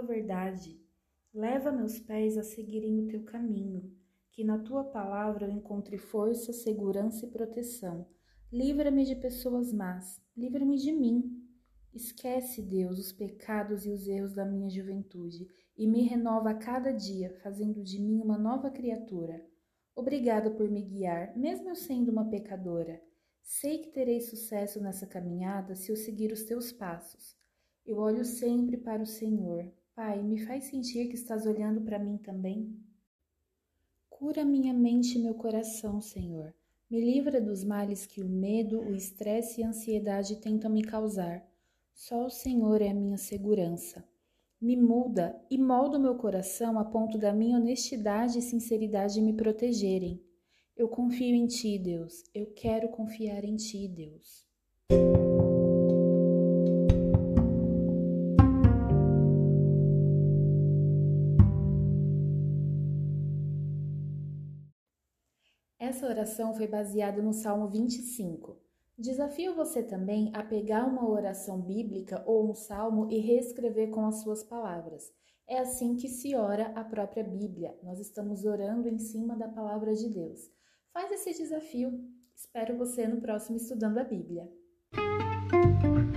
verdade. Leva meus pés a seguirem o teu caminho, que na tua palavra eu encontre força, segurança e proteção. Livra-me de pessoas más, livra-me de mim. Esquece, Deus, os pecados e os erros da minha juventude e me renova a cada dia, fazendo de mim uma nova criatura. Obrigada por me guiar, mesmo eu sendo uma pecadora. Sei que terei sucesso nessa caminhada se eu seguir os teus passos. Eu olho sempre para o Senhor. Pai, me faz sentir que estás olhando para mim também. Cura minha mente e meu coração, Senhor. Me livra dos males que o medo, o estresse e a ansiedade tentam me causar. Só o Senhor é a minha segurança. Me muda e molda o meu coração a ponto da minha honestidade e sinceridade me protegerem. Eu confio em Ti, Deus. Eu quero confiar em Ti, Deus. Essa oração foi baseada no Salmo 25. Desafio você também a pegar uma oração bíblica ou um salmo e reescrever com as suas palavras. É assim que se ora a própria Bíblia. Nós estamos orando em cima da palavra de Deus. Faz esse desafio. Espero você no próximo Estudando a Bíblia.